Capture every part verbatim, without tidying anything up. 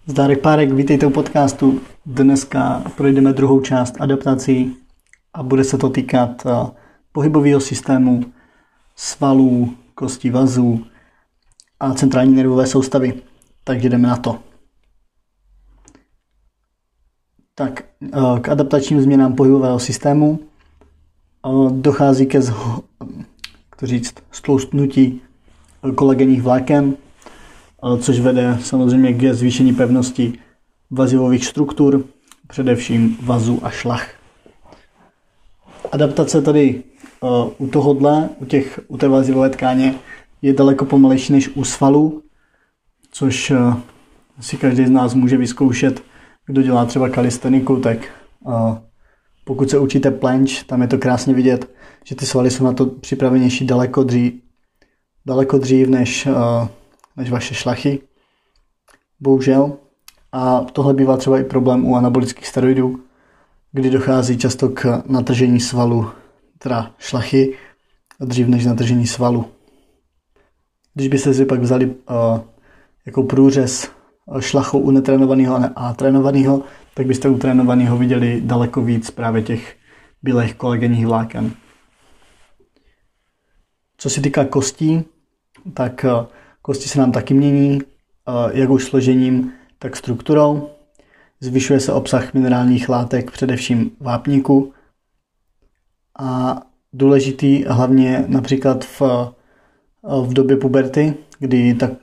Zdárek Párek, vítejte u podcastu. Dneska projdeme druhou část adaptací a bude se to týkat pohybového systému, svalů, kostí vazů a centrální nervové soustavy. Takže jdeme na to. Tak, k adaptačním změnám pohybového systému dochází ke zho, jak říct, stloustnutí kolagenních vláken, což vede samozřejmě ke zvýšení pevnosti vazivových struktur, především vazů a šlach. Adaptace tady u tohohle, u, těch, u té vazivové tkáně je daleko pomalejší než u svalů, což si každý z nás může vyzkoušet, kdo dělá třeba kalisteniku, tak pokud se učíte planche, tam je to krásně vidět, že ty svaly jsou na to připravenější daleko dřív, daleko dřív než, než vaše šlachy. Bohužel. A tohle bývá třeba i problém u anabolických steroidů, kdy dochází často k natržení svalu, teda šlachy, dřív než natržení svalu. Když byste si pak vzali uh, jako průřez šlachou u netrénovaného a trénovaného, tak byste u trénovaného viděli daleko víc právě těch bílých kolagenních vláken. Co se týká kostí, tak uh, kosti se nám taky mění, uh, jak už složením, tak strukturou. Zvyšuje se obsah minerálních látek, především vápníku. A důležitý hlavně například v, v době puberty, kdy ta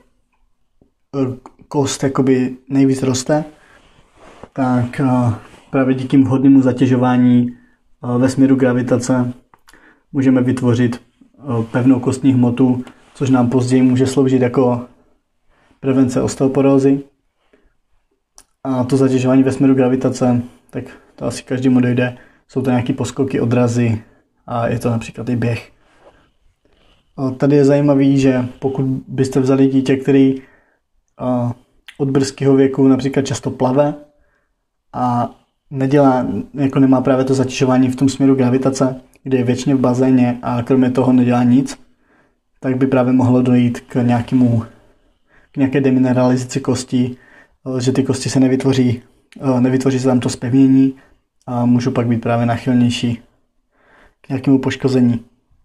kost jakoby nejvíc roste, tak právě díky vhodnému zatěžování ve směru gravitace můžeme vytvořit pevnou kostní hmotu, což nám později může sloužit jako prevence osteoporózy. A to zatěžování ve směru gravitace, tak to asi každému dojde. Jsou to nějaké poskoky, odrazy a je to například i běh. A tady je zajímavý, že pokud byste vzali dítě, který od brzkého věku například často plave a nedělá, jako nemá právě to zatěžování v tom směru gravitace, kde je věčně v bazéně a kromě toho nedělá nic, tak by právě mohlo dojít k nějakému, k nějaké demineralizaci kostí, že ty kosti se nevytvoří, nevytvoří se tam to zpevnění a můžou pak být právě náchylnější k nějakému poškození.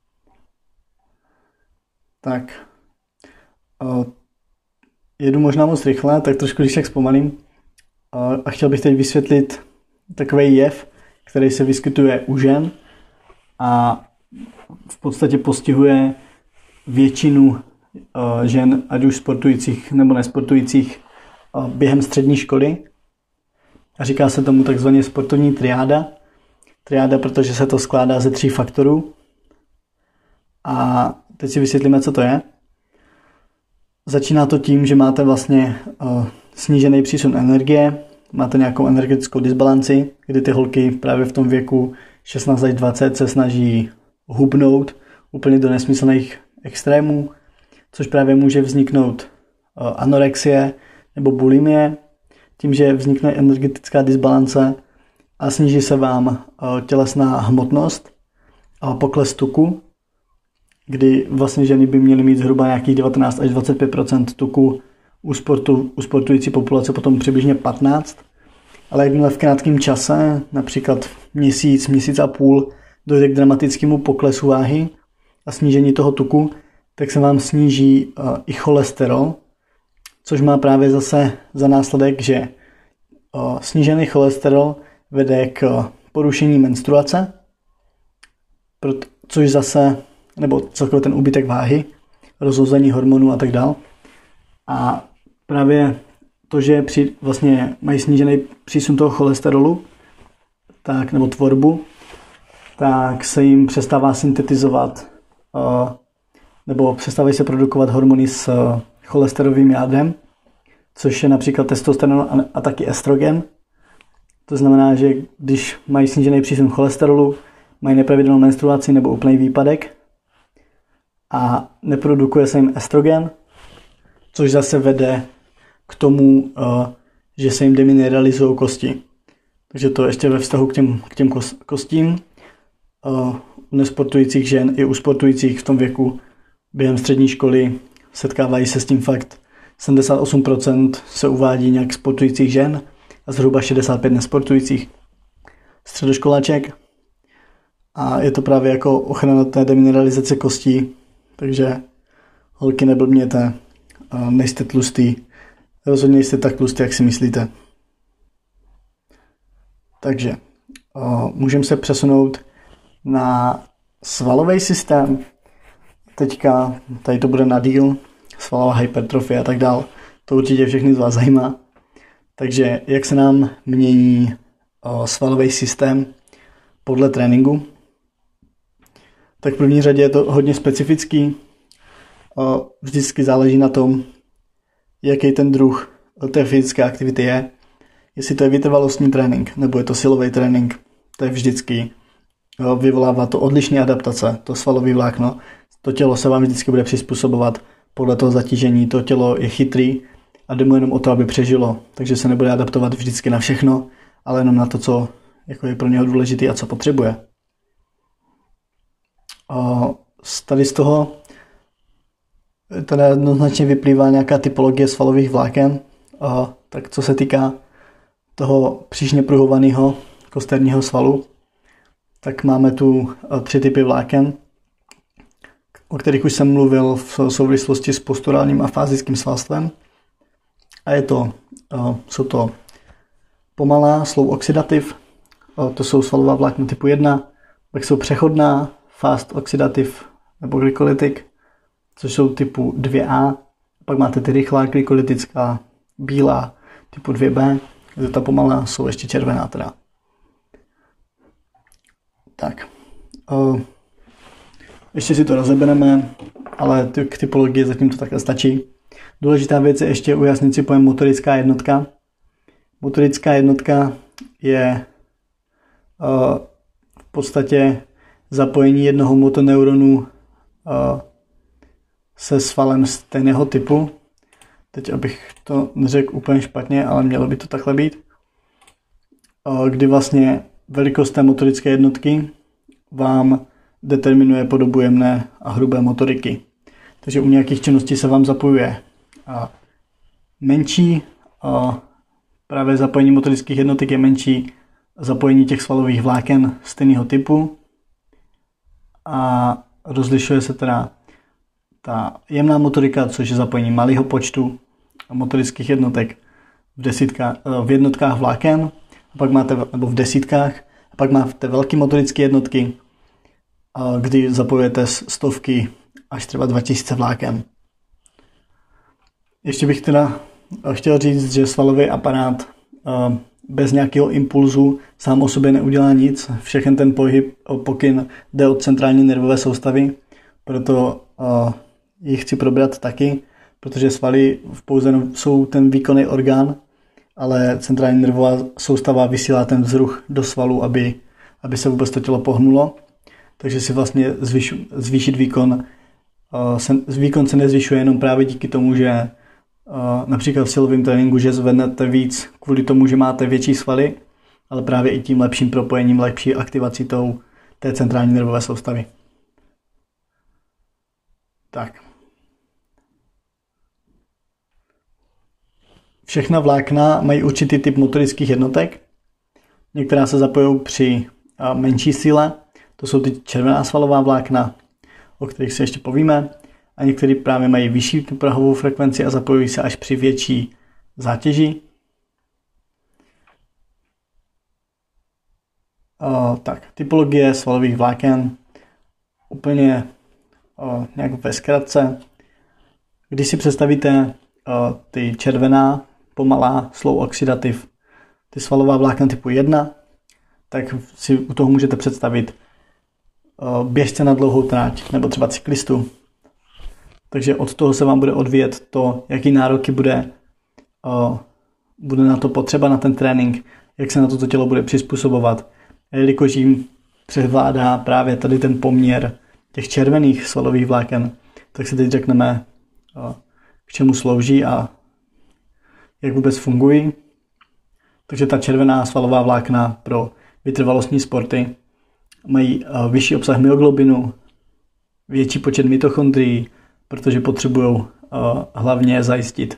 Tak, jedu možná moc rychle, tak trošku když tak zpomalím a chtěl bych teď vysvětlit takový jev, který se vyskytuje u žen a v podstatě postihuje většinu žen, ať už sportujících nebo nesportujících, během střední školy. A říká se tomu takzvaně sportovní triáda. Triáda, protože se to skládá ze tří faktorů. A teď si vysvětlíme, co to je. Začíná to tím, že máte vlastně uh, snížený přísun energie, máte nějakou energetickou disbalanci, kdy ty holky právě v tom věku šestnáct až dvacet se snaží hubnout úplně do nesmyslných extrémů, což právě může vzniknout uh, anorexie nebo bulimie, tím, že vznikne energetická disbalance a sníží se vám uh, tělesná hmotnost a pokles tuku, kdy vlastně ženy by měly mít zhruba nějakých devatenáct až dvacet pět procent tuku, u, sportu, u sportující populace potom přibližně patnáct procent. Ale jakmile v krátkém čase, například měsíc, měsíc a půl, dojde k dramatickému poklesu váhy a snížení toho tuku, tak se vám sníží uh, i cholesterol, což má právě zase za následek, že uh, snížený cholesterol vede k porušení menstruace, proto, což zase nebo celkově ten úbytek váhy, rozhození hormonů a tak dál. A právě to, že při, vlastně mají snížený přísun toho cholesterolu, tak, nebo tvorbu, tak se jim přestává syntetizovat uh, nebo přestávají se produkovat hormony s uh, cholesterovým jádrem, což je například testosteron a, a taky estrogen. To znamená, že když mají snížený přísun cholesterolu, mají nepravidelnou menstruaci nebo úplný výpadek, a neprodukuje se jim estrogen, což zase vede k tomu, že se jim demineralizují kosti. Takže to ještě ve vztahu k těm, k těm kostím. U nesportujících žen i u sportujících v tom věku během střední školy setkávají se s tím fakt, sedmdesát osm procent se uvádí nějak sportujících žen a zhruba šedesát pět procent nesportujících středoškoláček. A je to právě jako ochrana té demineralizace kostí, takže holky neblbněte, nejste tlustý, rozhodně jste tak tlustý, jak si myslíte. Takže můžeme se přesunout na svalový systém. Teďka tady to bude na díl, svalová hypertrofie a tak dál. To určitě všechny z vás zajímá. Takže jak se nám mění svalový systém podle tréninku? Tak v první řadě je to hodně specifický. Vždycky záleží na tom, jaký ten druh té fyzické aktivity je. Jestli to je vytrvalostní trénink, nebo je to silový trénink. To je vždycky, vyvolává to odlišné adaptace, to svalové vlákno. To tělo se vám vždycky bude přizpůsobovat podle toho zatížení. To tělo je chytrý a jde mu jenom o to, aby přežilo. Takže se nebude adaptovat vždycky na všechno, ale jenom na to, co jako je pro něho důležité a co potřebuje. A tady z toho teda jednoznačně vyplývá nějaká typologie svalových vláken. A tak co se týká toho příšně pruhovaného kosterního svalu, tak máme tu tři typy vláken, o kterých už jsem mluvil v souvislosti s posturálním a fázickým svalstvem. A je to, jsou to pomalá, slow oxidativ, to jsou svalová vlákna typu jedna, pak jsou přechodná, fast oxidativ nebo glykolytik, což jsou typu dva A, pak máte ty rychlá glykolytická, bílá, typu dva B, kde ta pomalá jsou ještě červená teda. Tak, o, ještě si to rozebereme, ale ty, k typologii zatím to takhle stačí. Důležitá věc je ještě ujasnit si pojem motorická jednotka. Motorická jednotka je o, v podstatě zapojení jednoho motoneuronu o, se svalem stejného typu. Teď abych to neřekl úplně špatně, ale mělo by to takhle být. O, kdy vlastně velikost té motorické jednotky vám determinuje podobu jemné a hrubé motoriky. Takže u nějakých činností se vám zapojuje a menší, a právě zapojení motorických jednotek je menší zapojení těch svalových vláken stejného typu a rozlišuje se teda ta jemná motorika, což je zapojení malého počtu motorických jednotek v, desítka, v jednotkách vláken, a pak máte, nebo v desítkách, a pak máte velké motorické jednotky, kdy zapojujete stovky až třeba dva tisíce vláken. Ještě bych teda chtěl říct, že svalový aparát bez nějakého impulzu sám o sobě neudělá nic. Všechen ten pohyb, pokyn jde od centrální nervové soustavy, proto ji chci probrat taky, protože svaly pouze jsou ten výkonný orgán, ale centrální nervová soustava vysílá ten vzruch do svalu, aby, aby se vůbec to tělo pohnulo. Takže si vlastně zvyš, zvýšit výkon. Se, výkon se nezvyšuje jenom právě díky tomu, že například v silovém tréninku, že zvednete víc kvůli tomu, že máte větší svaly, ale právě i tím lepším propojením, lepší aktivací tou, té centrální nervové soustavy. Tak. Všechna vlákna mají určitý typ motorických jednotek. Některá se zapojují při menší síle, to jsou ty červená svalová vlákna, o kterých se ještě povíme, a některé právě mají vyšší prahovou frekvenci a zapojují se až při větší zátěži. O, tak, typologie svalových vláken, úplně o, nějak ve zkratce. Když si představíte o, ty červená, pomalá, slow oxidativ, ty svalová vlákna typu jedna, tak si u toho můžete představit o, běžce na dlouhou tráť, nebo třeba cyklistu. Takže od toho se vám bude odvíjet to, jaký nároky bude, o, bude na to potřeba na ten trénink, jak se na toto tělo bude přizpůsobovat. A jelikož jim převládá právě tady ten poměr těch červených svalových vláken, tak si teď řekneme, o, k čemu slouží a jak vůbec fungují. Takže ta červená svalová vlákna pro vytrvalostní sporty mají o, vyšší obsah myoglobinu, větší počet mitochondrií, protože potřebují uh, hlavně zajistit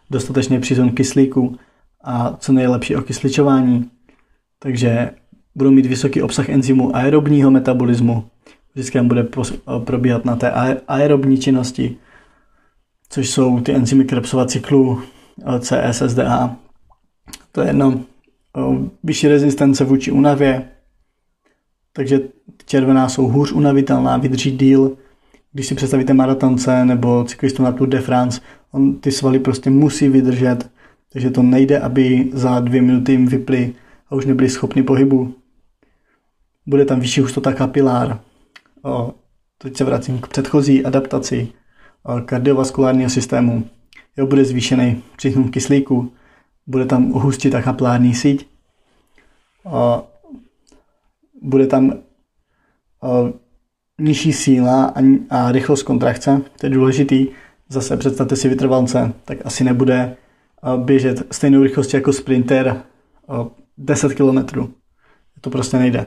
dostatečný přísun kyslíku a co nejlepší okysličování. Takže budou mít vysoký obsah enzymů aerobního metabolismu. Vždycky bude probíhat na té aerobní činnosti, což jsou ty enzymy Krebsova cyklu C S S D A. To je jedno. Vyšší rezistence vůči únavě, takže červená jsou hůř unavitelná, vydrží díl. Když si představíte maratonce nebo cyklistu na Tour de France, on ty svaly prostě musí vydržet, takže to nejde, aby za dvě minuty jim vyply a už nebyli schopni pohybu. Bude tam vyšší hustota kapilár. O, teď se vracím k předchozí adaptaci o, kardiovaskulárního systému. Jo, bude zvýšený přísun kyslíku, bude tam hustita kapilární síť, o, bude tam o, nižší síla a, a rychlost kontrakce, to je důležitý. Zase představte si vytrvalce, tak asi nebude o, běžet stejnou rychlostí jako sprinter o, deset kilometrů. To prostě nejde.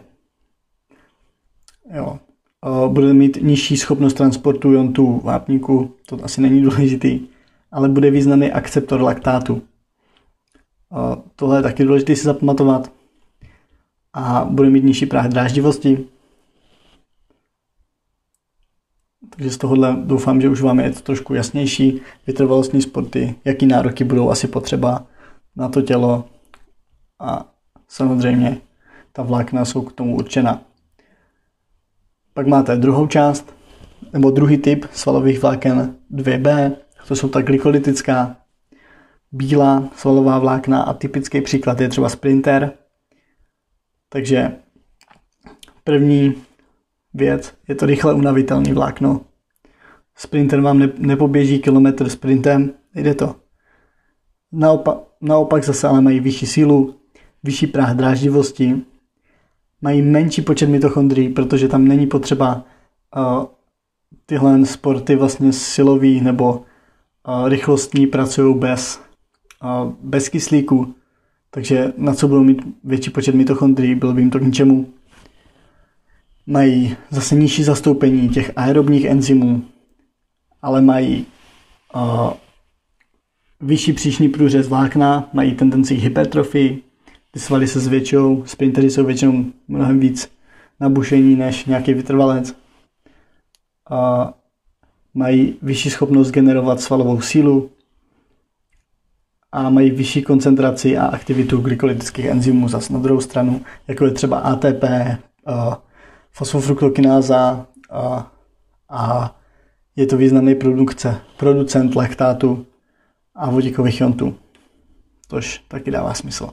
Jo. Bude mít nižší schopnost transportu iontu vápníku, to asi není důležitý, ale bude významný akceptor laktátu. Tohle je taky důležité si zapamatovat. A bude mít nižší práh dráždivosti. Takže z tohohle doufám, že už vám je to trošku jasnější. Vytrvalostní sporty, jaký nároky budou asi potřeba na to tělo. A samozřejmě ta vlákna jsou k tomu určena. Pak máte druhou část, nebo druhý typ svalových vláken dva bé, to jsou ta glykolytická, bílá svalová vlákna a typický příklad je třeba sprinter. Takže první věc je to rychle unavitelný vlákno. Sprinter vám ne, nepoběží kilometr sprintem, nejde to. Naopak, naopak zase ale mají vyšší sílu, vyšší práh dráždivosti, mají menší počet mitochondrií, protože tam není potřeba uh, tyhle sporty vlastně silový nebo uh, rychlostní pracují bez, uh, bez kyslíku. Takže na co budou mít větší počet mitochondrií, bylo by jim to k ničemu. Mají zase nižší zastoupení těch aerobních enzymů, ale mají uh, vyšší příčný průřez vlákna, mají tendenci k hypertrofii, ty svaly se zvětšují, sprinteři jsou většinou mnohem víc nabušení než nějaký vytrvalec. A mají vyšší schopnost generovat svalovou sílu a mají vyšší koncentraci a aktivitu glykolytických enzymů zase na druhou stranu, jako je třeba A T P, fosfofruktokináza a, a je to významný produkce, producent laktátu a vodíkových iontů. Tož taky dává smysl.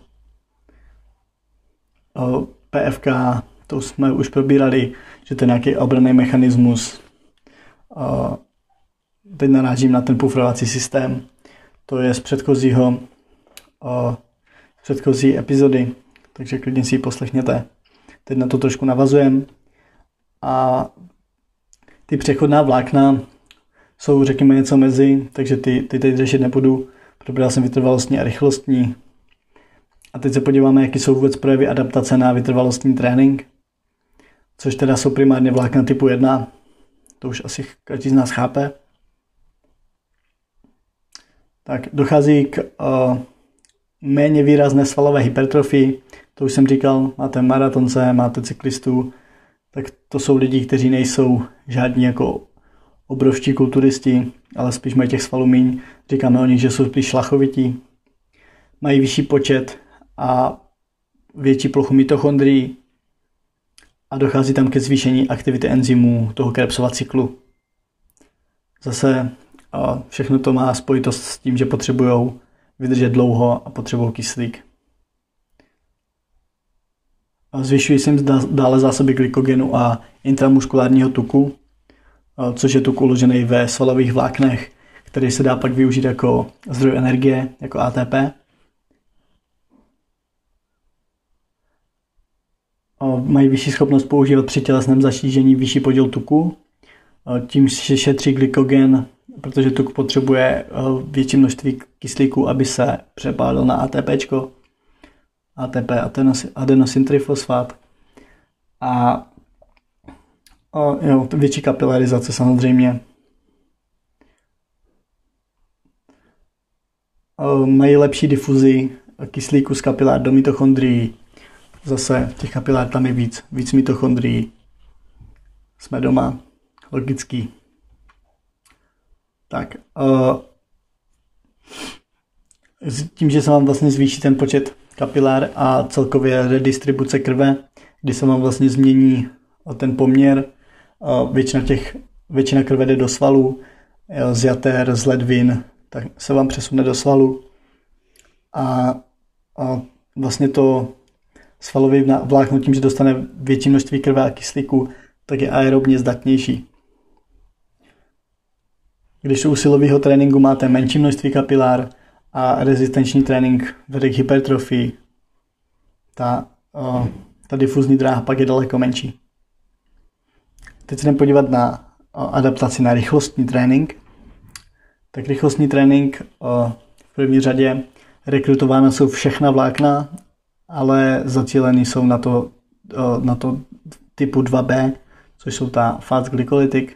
P F K, to jsme už probírali, že to je nějaký obranný mechanismus. Teď narážím na ten pufrovací systém. To je z předchozího, z předchozí epizody, takže klidně si ji poslechněte. Teď na to trošku navazujem. A ty přechodná vlákna jsou, řekněme, něco mezi, takže ty, ty teď řešit nebudu. Probíral jsem vytrvalostní a rychlostní. A teď se podíváme, jaký jsou vůbec projevy adaptace na vytrvalostní trénink, což teda jsou primárně vlákna typu jedna. To už asi každý z nás chápe. Tak dochází k uh, méně výrazné svalové hypertrofii. To už jsem říkal, máte maratonce, máte cyklistů, tak to jsou lidi, kteří nejsou žádní jako obrovští kulturisti, ale spíš mají těch svalů míň. Říkáme o nich, že jsou spíš šlachovití. Mají vyšší počet a větší plochu mitochondrií a dochází tam ke zvýšení aktivity enzymů toho Krebsova cyklu. Zase všechno to má spojitost s tím, že potřebují vydržet dlouho a potřebují kyslík. Zvyšují se jim dále zásoby glykogenu a intramuskulárního tuku, což je tuk uložený ve svalových vláknech, který se dá pak využít jako zdroj energie, jako A T P. Mají vyšší schopnost používat při tělesném zatížení vyšší podíl tuku. Tím se šetří glykogen, protože tuk potřebuje větší množství kyslíku, aby se přepálil na ATPčko. A T P, adenosyntrifosfát. A o, jo, větší kapilarizace samozřejmě. mají lepší difuzi kyslíku z kapilár do mitochondrií. Zase těch kapilár tam je víc, víc mitochondrií. Jsme doma, logický. Tak, tím, že se vám vlastně zvýší ten počet kapilár a celkově redistribuce krve, kdy se vám vlastně změní ten poměr, většina, těch, většina krve jde do svalů, z jater, z ledvin, tak se vám přesune do svalu a, a vlastně to svalové vlákno tím, že dostane větší množství krve a kyslíku, tak je aerobně zdatnější. Když u silového tréninku máte menší množství kapilár a rezistenční trénink vede k hypertrofii, ta, o, ta difuzní dráha pak je daleko menší. Teď se jdeme podívat na o, adaptaci na rychlostní trénink. Tak rychlostní trénink o, v první řadě rekrutována jsou všechna vlákna, ale zacílený jsou na to, o, na to typu dva bé, což jsou ta fast glycolytic.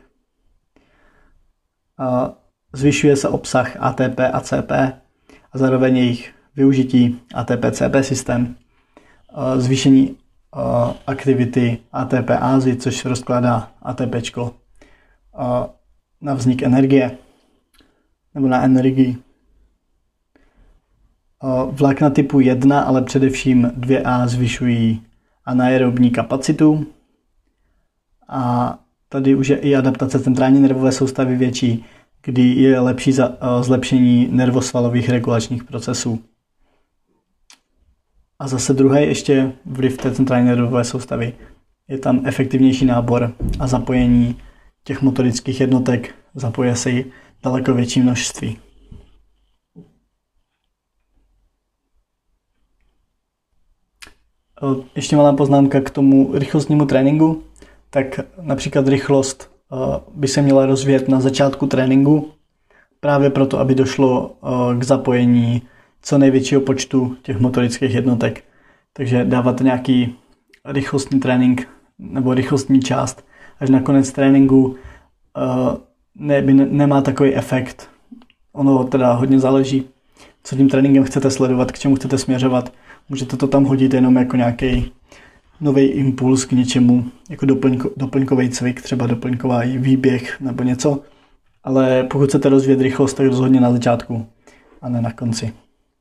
Zvyšuje se obsah á té pé a cé pé a zároveň jejich využití á té pé cé pé systém. Zvýšení aktivity á té pé ázy, což rozkládá ATPčko na vznik energie nebo na energii. Vlákna typu jedna, ale především dva á zvyšují anaerobní kapacitu a tady už je i adaptace centrální nervové soustavy větší, kdy je lepší za, uh, zlepšení nervosvalových regulačních procesů. A zase druhý ještě vliv té centrální nervové soustavy. Je tam efektivnější nábor a zapojení těch motorických jednotek. Zapoje se jí daleko větší množství. Ještě malá poznámka k tomu rychlostnímu tréninku. Tak například rychlost by se měla rozvíjet na začátku tréninku, právě proto, aby došlo k zapojení co největšího počtu těch motorických jednotek. Takže dávat nějaký rychlostní trénink nebo rychlostní část až na konec tréninku ne, by nemá takový efekt. Ono teda hodně záleží, co tím tréninkem chcete sledovat, k čemu chcete směřovat. Můžete to tam hodit jenom jako nějaký nový impuls k něčemu, jako doplňko, doplňkový cvik, třeba doplňkový výběh nebo něco. Ale pokud chcete rozvíjet rychlost, tak rozhodně na začátku a ne na konci.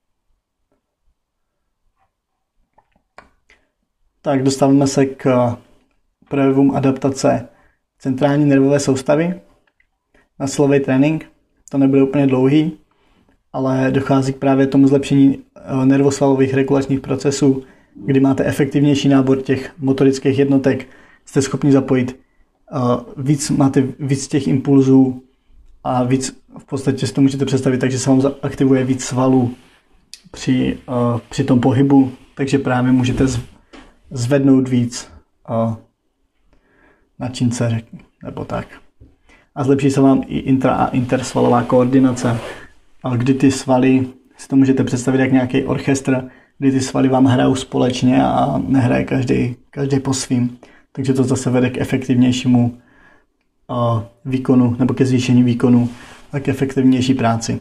Tak dostáváme se k projevům adaptace centrální nervové soustavy na silový trénink. To nebude úplně dlouhý, ale dochází k právě tomu zlepšení nervosvalových regulačních procesů, kdy máte efektivnější nábor těch motorických jednotek, jste schopni zapojit uh, víc, máte víc těch impulzů a víc v podstatě si to můžete představit, takže se vám aktivuje víc svalů při, uh, při tom pohybu, takže právě můžete zvednout víc uh, na čince nebo tak. A zlepší se vám i intra- a intersvalová koordinace, kdy ty svaly, si to můžete představit jak nějaký orchestr, kdy ty svaly vám hrajou společně a nehraje každý, každý po svým. Takže to zase vede k efektivnějšímu uh, výkonu nebo ke zvýšení výkonu a k efektivnější práci.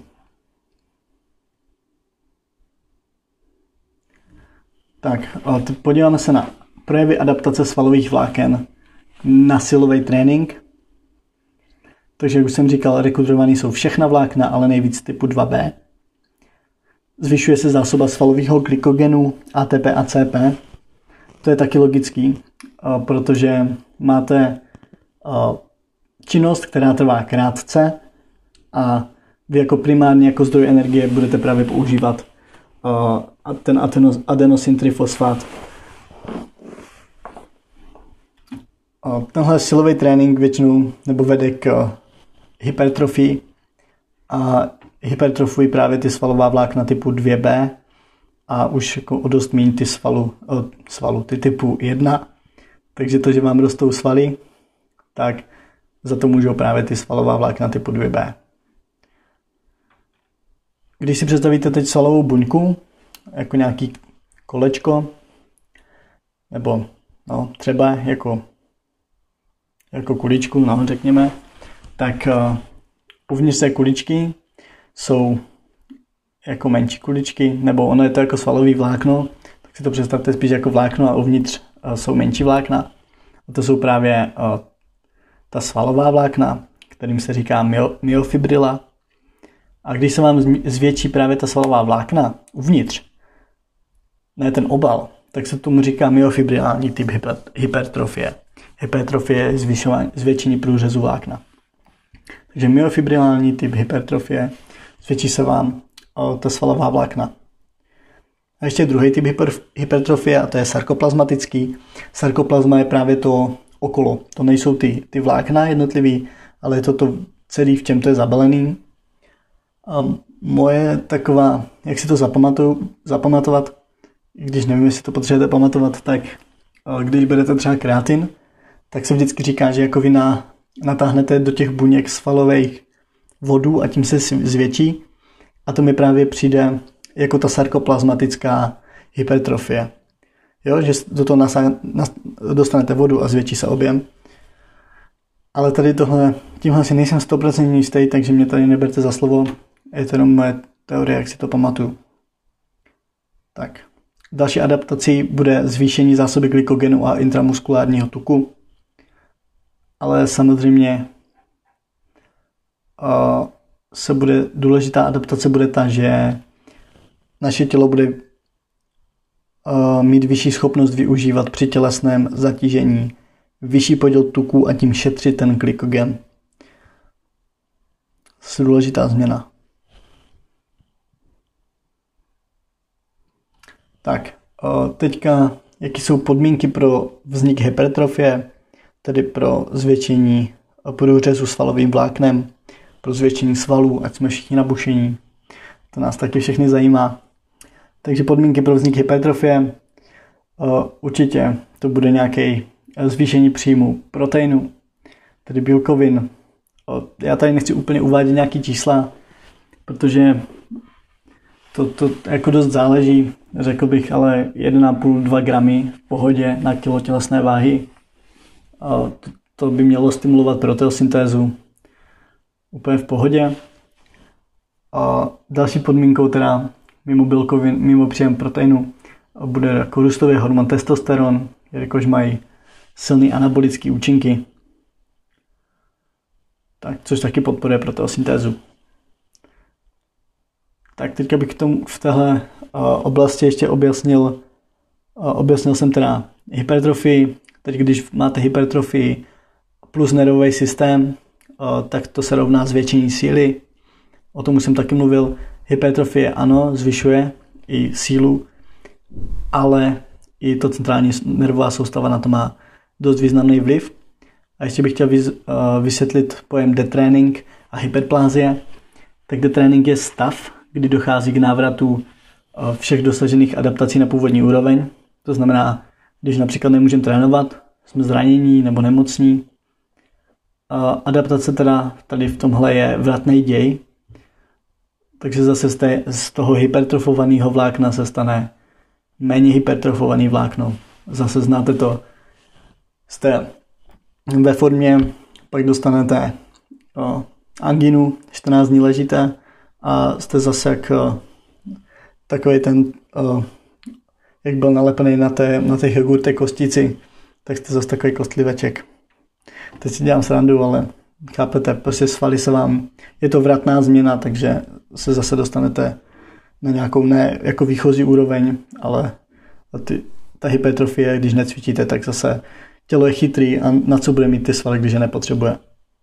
Tak, uh, podíváme se na projevy adaptace svalových vláken na silový trénink. Takže, jak už jsem říkal, rekrutovaný jsou všechna vlákna, ale nejvíc typu dva bé. Zvyšuje se zásoba svalového glykogenu, á té pé a cé pé. To je taky logický, protože máte činnost, která trvá krátce a vy jako primárně jako zdroj energie budete právě používat ten adenosintrifosfát. Tenhle silový trénink většinou nebo vede k hypertrofii a hypertrofují právě ty svalová vlákna typu dva bé a už jako o dost méně ty svalu, svalu, ty typu jedna. Takže to, že vám rostou svaly, tak za to můžou právě ty svalová vlákna typu dva bé. Když si představíte teď svalovou buňku, jako nějaký kolečko, nebo no, třeba jako, jako kuličku, no, řekněme, tak uh, uvnitř té kuličky jsou jako menší kuličky, nebo ono je to jako svalový vlákno, tak si to představte spíš jako vlákno a uvnitř jsou menší vlákna. A to jsou právě ta svalová vlákna, kterým se říká myofibrila. A když se vám zvětší právě ta svalová vlákna uvnitř, ne ten obal, tak se tomu říká myofibrilální typ hypertrofie. Hypertrofie je zvětšení průřezu vlákna. Takže myofibrilální typ hypertrofie, zvětší se vám o, ta svalová vlákna. A ještě druhý typ hyper, hypertrofie, a to je sarkoplazmatický. Sarkoplazma je právě to okolo. To nejsou ty, ty vlákna jednotlivý, ale je to to celý, v čem to je zabalený. A moje taková, jak si to zapamatovat, když nevím, jestli to potřebujete pamatovat, tak když berete třeba kreatin, tak se vždycky říká, že jako vy na, natáhnete do těch buněk svalových vodu a tím se zvětší. A to mi právě přijde jako ta sarkoplazmatická hypertrofie. Jo, že do toho nasa, nas, dostanete vodu a zvětší se objem. Ale tady tohle, tímhle si nejsem sto procent jistý, takže mě tady neberte za slovo. Je to jenom moje teorie, jak si to pamatuju. Tak. Další adaptací bude zvýšení zásoby glykogenu a intramuskulárního tuku. Ale samozřejmě uh, se bude, důležitá adaptace bude ta, že naše tělo bude uh, mít vyšší schopnost využívat při tělesném zatížení vyšší podíl tuku a tím šetřit ten glykogen. To je důležitá změna. Tak, teďka, jaké jsou podmínky pro vznik hypertrofie, tedy pro zvětšení průřezu svalovým vláknem, pro zvětšení svalů, ať jsme všichni nabušení. To nás taky všechny zajímá. Takže podmínky pro vznik hypertrofie, určitě to bude nějaké zvýšení příjmu proteinu, tedy bílkovin. Já tady nechci úplně uvádět nějaké čísla, protože to, to jako dost záleží, řekl bych, ale jedna celá pět až dva gramy v pohodě na kilo tělesné váhy. To, to by mělo stimulovat proteosyntézu úplně v pohodě. A další podmínkou teda mimo bílkovin, mimo příjem proteinu bude jako růstový hormon testosteron, jelikož mají silný anabolický účinky. Tak, což taky podporuje proteosyntézu. Tak teďka bych k tomu v téhle uh, oblasti ještě objasnil, uh, objasnil jsem teda hypertrofii. Teď když máte hypertrofii plus nervový systém, uh, tak to se rovná zvětšení síly. O tom už jsem taky mluvil. Hypertrofie ano, zvyšuje i sílu, ale i to centrální nervová soustava na to má dost významný vliv. A ještě bych chtěl vysvětlit pojem detraining a hyperplázie. Tak detraining je stav, kdy dochází k návratu všech dosažených adaptací na původní úroveň. To znamená, když například nemůžeme trénovat, jsme zranění nebo nemocní. Adaptace teda tady v tomhle je vratný děj. Takže zase z, té, z toho hypertrofovaného vlákna se stane méně hypertrofovaný vlákno. Zase znáte to. Jste ve formě, pak dostanete o, anginu, čtrnáct dní ležíte a jste zase jak o, takový ten, o, jak byl nalepený na té, na těch jogurtech kostici, tak jste zase takový kostliveček. Teď si dělám srandu, ale chápete, prostě svaly se vám, je to vratná změna, takže se zase dostanete na nějakou ne jako výchozí úroveň, ale ty, ta hypertrofie, když necvičíte, tak zase tělo je chytrý a na co bude mít ty svaly, když je nepotřebuje.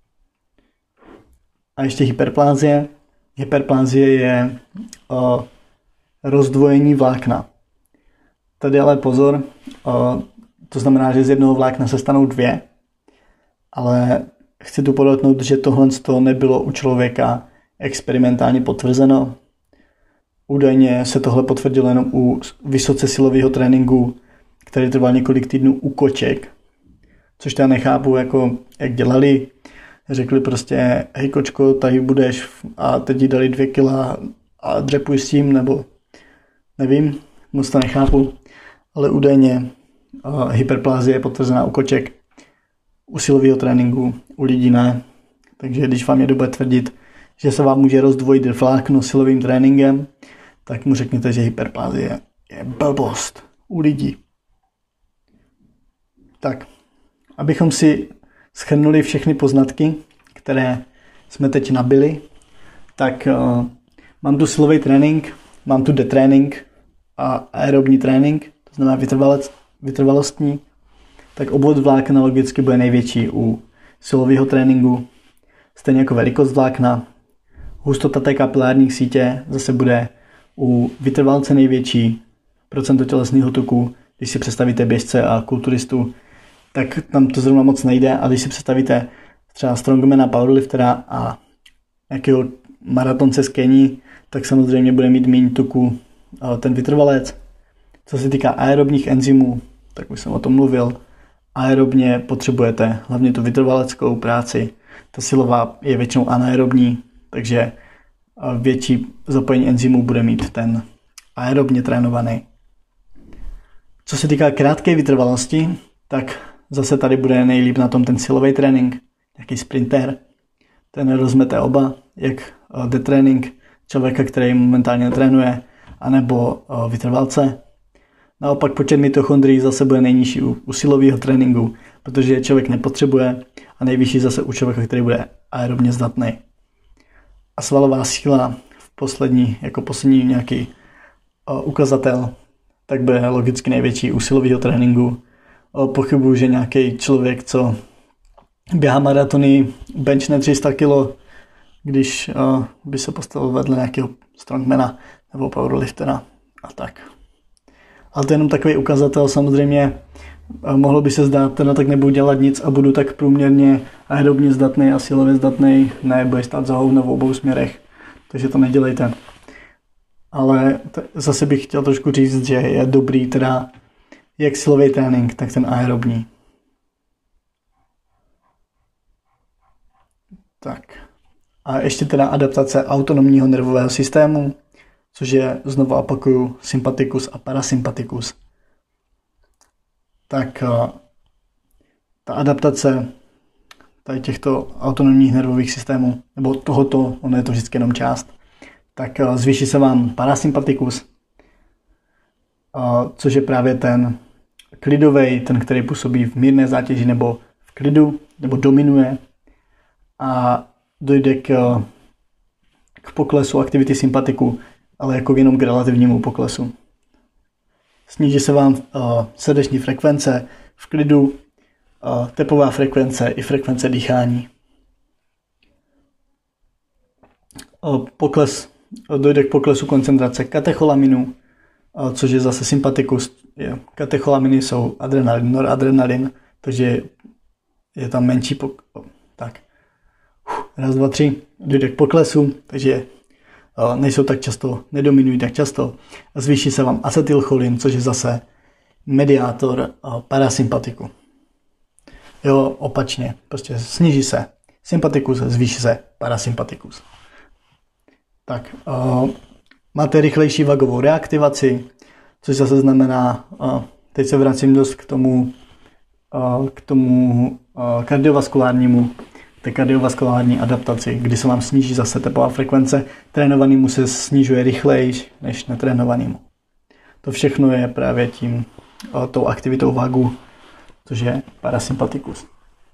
A ještě hyperplázie. Hyperplázie je o, rozdvojení vlákna. Tady ale pozor, o, to znamená, že z jednoho vlákna se stanou dvě, ale chci tu podotknout, že tohle nebylo u člověka experimentálně potvrzeno. Údajně se tohle potvrdilo jenom u vysoce silového tréninku, který trval několik týdnů u koček, což já nechápu, jako, jak dělali. Řekli prostě, hej kočko, tady budeš a teď jí dali dvě kila a dřepuj s tím, nebo nevím, moc to nechápu, ale údajně uh, hyperplázie je potvrzená u koček, u silového tréninku, u lidí ne. Takže když vám někdo bude tvrdit, že se vám může rozdvojit vlákno silovým tréninkem, tak mu řekněte, že hyperplázie je blbost u lidí. Tak, abychom si shrnuli všechny poznatky, které jsme teď nabili, tak uh, mám tu silový trénink, mám tu detrénink a aerobní trénink, to znamená vytrvalostní, tak obvod vlákna logicky bude největší u silového tréninku, stejně jako velikost vlákna. Hustota té kapilární sítě zase bude u vytrvalce největší, procento tělesného tuku. Když si představíte běžce a kulturistu, tak tam to zrovna moc nejde, a když si představíte třeba strongmana, powerliftera a nějakého maratonce z Keni, tak samozřejmě bude mít méně tuku ten vytrvalec. Co se týká aerobních enzymů, tak už jsem o tom mluvil. Aerobně potřebujete hlavně tu vytrvaleckou práci. Ta silová je většinou anaerobní, takže větší zapojení enzymů bude mít ten aerobně trénovaný. Co se týká krátké vytrvalosti, tak zase tady bude nejlíp na tom ten silový trénink, nějaký sprinter. Ten rozmete oba, jak detrénink člověka, který momentálně netrénuje, anebo vytrvalce. Naopak počet mitochondrií zase bude nejnižší u, u silového tréninku, protože je člověk nepotřebuje, a nejvyšší zase u člověka, který bude aerobně zdatný. A svalová síla v poslední, jako poslední nějaký o, ukazatel, tak bude logicky největší u silového tréninku. O, pochybuju, že nějaký člověk, co běhá maratony, benchne tři sta kilo, když o, by se postavil vedle nějakého strongmana nebo powerliftera a tak. Ale to je jenom takový ukazatel, samozřejmě mohlo by se zdát, teda tak nebudu dělat nic a budu tak průměrně aerobně zdatný a silově zdatný, ne, bude stát za hovno v obou směrech, takže to nedělejte. Ale t- zase bych chtěl trošku říct, že je dobrý teda jak silový trénink, tak ten aerobní. Tak. A ještě teda adaptace autonomního nervového systému, což je, znovu opakuju, sympatikus a parasympatikus. Tak ta adaptace tady těchto autonomních nervových systémů, nebo tohoto, ono je to vždycky jenom část, tak zvýší se vám parasympatikus, což je právě ten klidový, ten, který působí v mírné zátěži nebo v klidu, nebo dominuje, a dojde k, k poklesu aktivity sympatiku, ale jako jenom k relativnímu poklesu. Sníží se vám uh, srdeční frekvence v klidu, uh, tepová frekvence i frekvence dýchání. Uh, pokles, uh, dojde k poklesu koncentrace katecholaminu, uh, což je zase sympatikus. Je, katecholaminy jsou adrenalin, noradrenalin, takže je tam menší pok- oh, tak. Uh, raz, dva, tři. Dojde k poklesu, takže nejsou tak často, nedominují tak často. Zvýší se vám acetylcholin, což je zase mediátor parasympatiku. Jo, opačně, prostě sníží se sympatikus, zvýší se parasympatikus. Tak, uh, máte rychlejší vagovou reaktivaci, což zase znamená, uh, teď se vracím dost k tomu, uh, k tomu uh, kardiovaskulárnímu, té kardiovaskulární adaptaci, kdy se vám sníží zase tepová frekvence, trénovanému se snižuje rychleji než netrénovanému. To všechno je právě tím, o, tou aktivitou vagu, což je parasympatikus.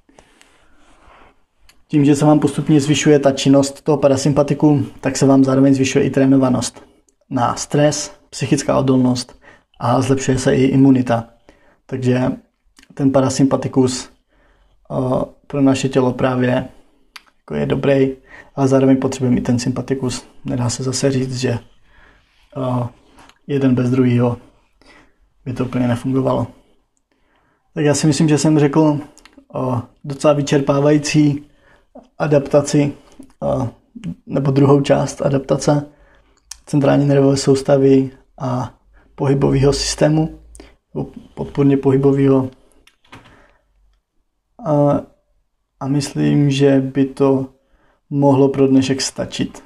Tím, že se vám postupně zvyšuje ta činnost toho parasympatiku, tak se vám zároveň zvyšuje i trénovanost na stres, psychická odolnost a zlepšuje se i imunita. Takže ten parasympatikus o, pro naše tělo právě jako je dobrý, ale zároveň potřebujeme i ten sympatikus. Nedá se zase říct, že o, jeden bez druhého by to úplně nefungovalo. Tak já si myslím, že jsem řekl o docela vyčerpávající adaptaci, o, nebo druhou část adaptace centrální nervové soustavy a pohybového systému, podpůrně pohybového. A, a myslím, že by to mohlo pro dnešek stačit.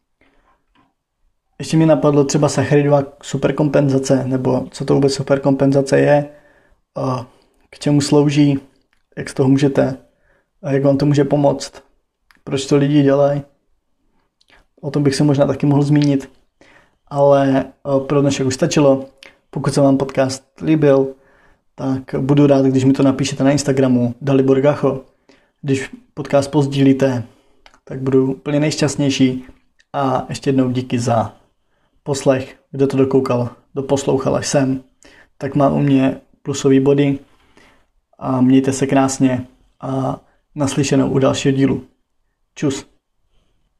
Ještě mi napadlo třeba sacharidová superkompenzace, nebo co to vůbec superkompenzace je, a k čemu slouží, jak z toho můžete, a jak vám to může pomoct, proč to lidi dělají. o tom bych se možná taky mohl zmínit, ale pro dnešek už stačilo. Pokud se vám podcast líbil, tak budu rád, když mi to napíšete na Instagramu Dalibor Gacho. Když podcast pozdílíte, tak budu úplně nejšťastnější. A ještě jednou díky za poslech, kdo to dokoukal, doposlouchal až sem, tak má u mě plusový body a mějte se krásně a naslyšenou u dalšího dílu. Čus.